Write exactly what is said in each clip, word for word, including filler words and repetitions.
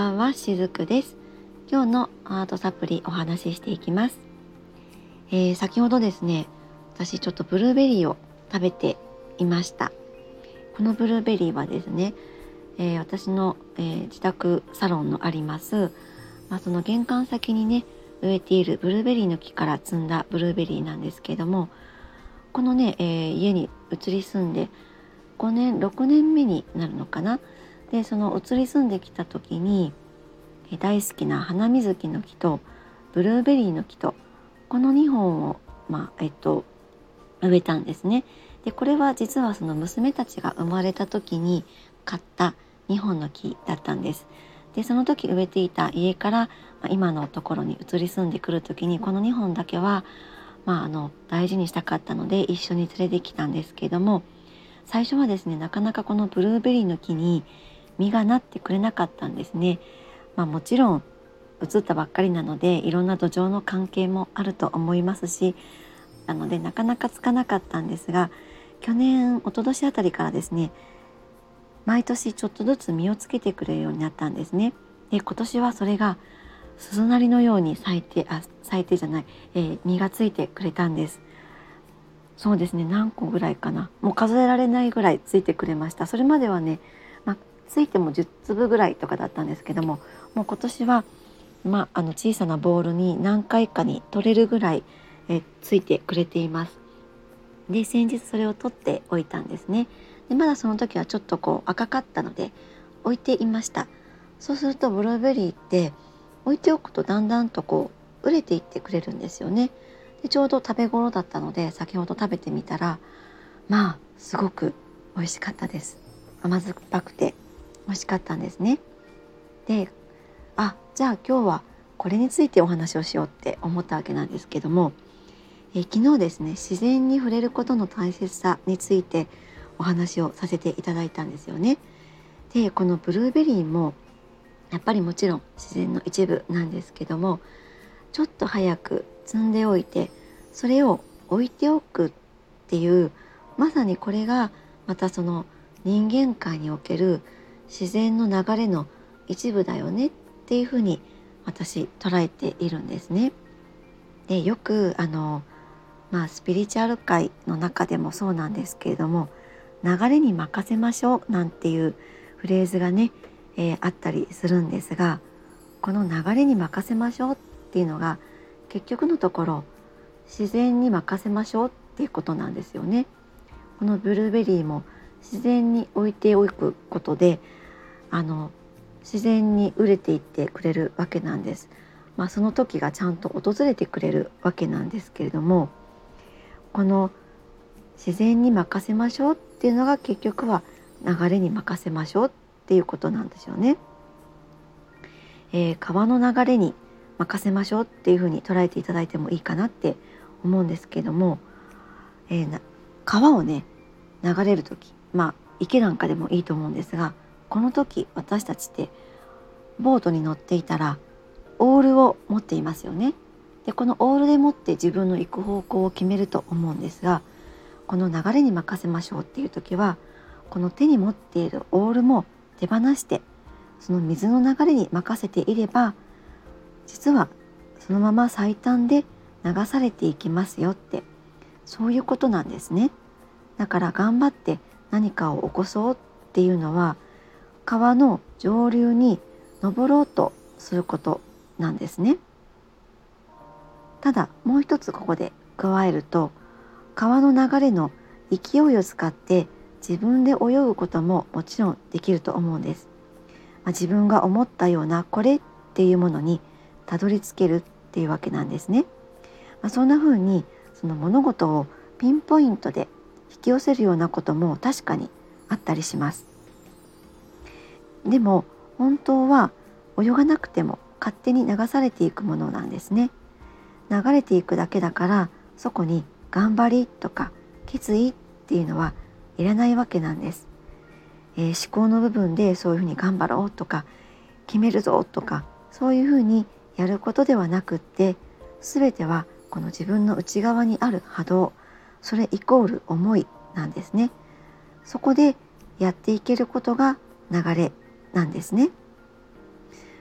ばんは、しずくです。今日のアートサプリお話ししていきます。えー、先ほどですね、私ちょっとブルーベリーを食べていました。このブルーベリーはですね、えー、私の、えー、自宅サロンのあります、まあ、その玄関先にね植えているブルーベリーの木から摘んだブルーベリーなんですけれども、このね、えー、家に移り住んでごねんろくねんめになるのかな。でその移り住んできた時に大好きなハナミズキの木とブルーベリーの木とこのにほんを、まあえっと、植えたんですね。でこれは実はその娘たちが生まれた時に買ったにほんの木だったんです。でその時植えていた家から、まあ、今のところに移り住んでくる時にこのにほんだけは、まあ、あの大事にしたかったので一緒に連れてきたんですけれども、最初はですねなかなかこのブルーベリーの木に実がなってくれなかったんですね。まあ、もちろん移ったばっかりなのでいろんな土壌の関係もあると思いますし、なのでなかなかつかなかったんですが、去年一昨年あたりからですね毎年ちょっとずつ実をつけてくれるようになったんですね。で今年はそれが鈴なりのように咲いてあ咲いてじゃない、えー、実がついてくれたんです。そうですね、何個ぐらいかな、もう数えられないぐらいついてくれました。それまではね、まあ、ついてもじゅっつぶぐらいとかだったんですけども、もう今年は、まあ、あの小さなボールに何回かに取れるぐらいえついてくれています。で先日それを取っておいたんですね。でまだその時はちょっとこう赤かったので置いていました。そうするとブルーベリーって置いておくとだんだんとこう熟れていってくれるんですよね。でちょうど食べ頃だったので先ほど食べてみたら、まあすごく美味しかったです。甘酸っぱくて美味しかったんですね。で、あ、じゃあ今日はこれについてお話をしようって思ったわけなんですけども、え昨日ですね自然に触れることの大切さについてお話をさせていただいたんですよね。でこのブルーベリーもやっぱりもちろん自然の一部なんですけども、ちょっと早く摘んでおいてそれを置いておくっていう、まさにこれがまたその人間界における自然の流れの一部だよねっていうふうに私捉えているんですね。でよくあのまあスピリチュアル界の中でもそうなんですけれども、流れに任せましょうなんていうフレーズがね、えーあったりするんですが、この流れに任せましょうっていうのが結局のところ自然に任せましょうっていうことなんですよね。このブルーベリーも自然に置いておくことであの自然に熟れていってくれるわけなんです。まあ、その時がちゃんと訪れてくれるわけなんですけれども、この自然に任せましょうっていうのが結局は流れに任せましょうっていうことなんですよね。えー川の流れに任せましょうっていうふうに捉えていただいてもいいかなって思うんですけども、えーな川をね流れる時、まあ池なんかでもいいと思うんですが、この時私たちってボートに乗っていたらオールを持っていますよね。でこのオールでもって自分の行く方向を決めると思うんですが、この流れに任せましょうっていう時はこの手に持っているオールも手放してその水の流れに任せていれば、実はそのまま最短で流されていきますよって、そういうことなんですね。だから頑張って何かを起こそうっていうのは川の上流に登ろうとすることなんですね。ただもう一つここで加えると、川の流れの勢いを使って自分で泳ぐことももちろんできると思うんです。まあ、自分が思ったようなこれっていうものにたどり着けるっていうわけなんですね。まあ、そんな風にその物事をピンポイントで引き寄せるようなことも確かにあったりします。でも本当は泳がなくても勝手に流されていくものなんですね。流れていくだけだからそこに頑張りとか決意っていうのはいらないわけなんです。えー思考の部分でそういうふうに頑張ろうとか決めるぞとかそういうふうにやることではなくって、全てはこの自分の内側にある波動、それイコール思いなんですね。そこでやっていけることが流れなんですね。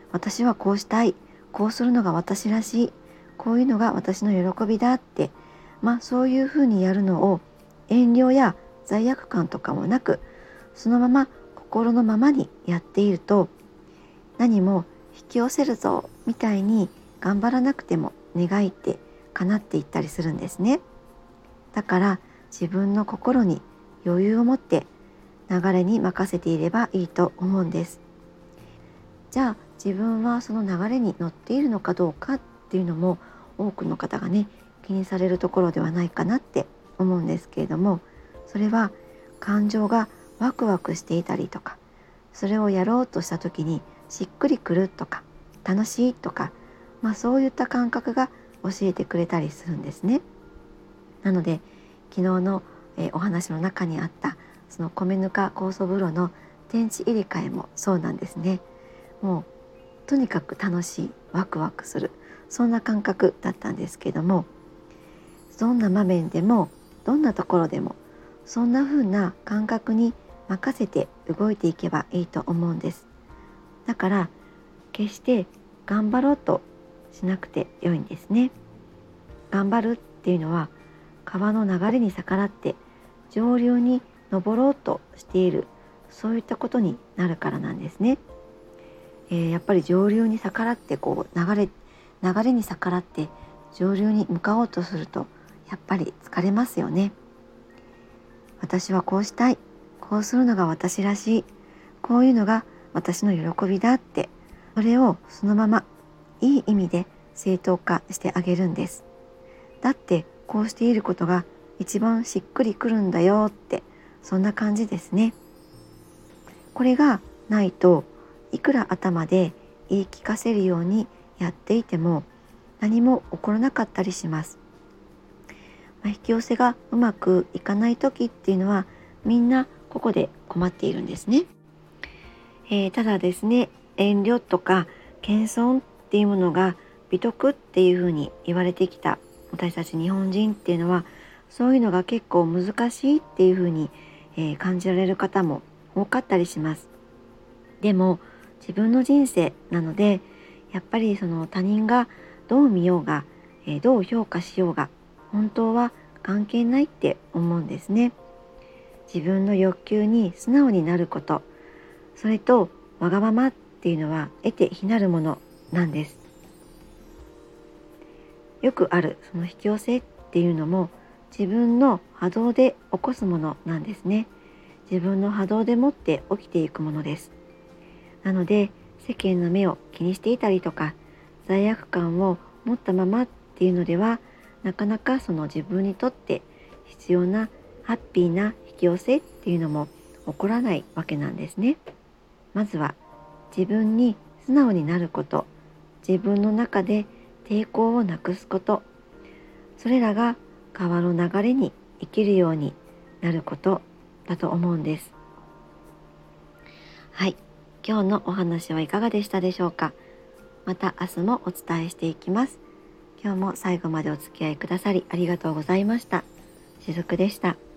私はこうしたい、こうするのが私らしい、こういうのが私の喜びだって、まあそういうふうにやるのを遠慮や罪悪感とかもなく、そのまま心のままにやっていると、何も引き寄せるぞみたいに頑張らなくても願いって叶っていったりするんですね。だから自分の心に余裕を持って流れに任せていればいいと思うんです。じゃあ自分はその流れに乗っているのかどうかっていうのも多くの方がね気にされるところではないかなって思うんですけれども、それは感情がワクワクしていたりとか、それをやろうとした時にしっくりくるとか楽しいとか、まあそういった感覚が教えてくれたりするんですね。なので昨日の、えーお話の中にあったその米ぬか酵素風呂の天地入れ替えもそうなんですね。もうとにかく楽しい、ワクワクする、そんな感覚だったんですけども、どんな場面でもどんなところでもそんな風な感覚に任せて動いていけばいいと思うんです。だから決して頑張ろうとしなくて良いんですね。頑張るっていうのは川の流れに逆らって上流に登ろうとしている、そういったことになるからなんですね。えーやっぱり上流に逆らってこう流れ流れに逆らって上流に向かおうとするとやっぱり疲れますよね。私はこうしたい、こうするのが私らしい、こういうのが私の喜びだって、それをそのままいい意味で正当化してあげるんです。だってこうしていることが一番しっくりくるんだよって、そんな感じですね。これがないといくら頭で言い聞かせるようにやっていても何も起こらなかったりします。まあ引き寄せがうまくいかない時っていうのはみんなここで困っているんですね。えーただですね、遠慮とか謙遜っていうものが美徳っていうふうに言われてきた私たち日本人っていうのは、そういうのが結構難しいっていうふうに、えー感じられる方も多かったりします。でも自分の人生なので、やっぱりその他人がどう見ようが、えーどう評価しようが本当は関係ないって思うんですね。自分の欲求に素直になること、それとわがままっていうのは得て非なるものなんです。よくあるその引き寄せっていうのも自分の波動で起こすものなんですね。自分の波動でもって起きていくものです。なので世間の目を気にしていたりとか罪悪感を持ったままっていうのでは、なかなかその自分にとって必要なハッピーな引き寄せっていうのも起こらないわけなんですね。まずは自分に素直になること、自分の中で抵抗をなくすこと、それらが川の流れに生きるようになることだと思うんです。はい、今日のお話はいかがでしたでしょうか。また明日もお伝えしていきます。今日も最後までお付き合いくださりありがとうございました。しずくでした。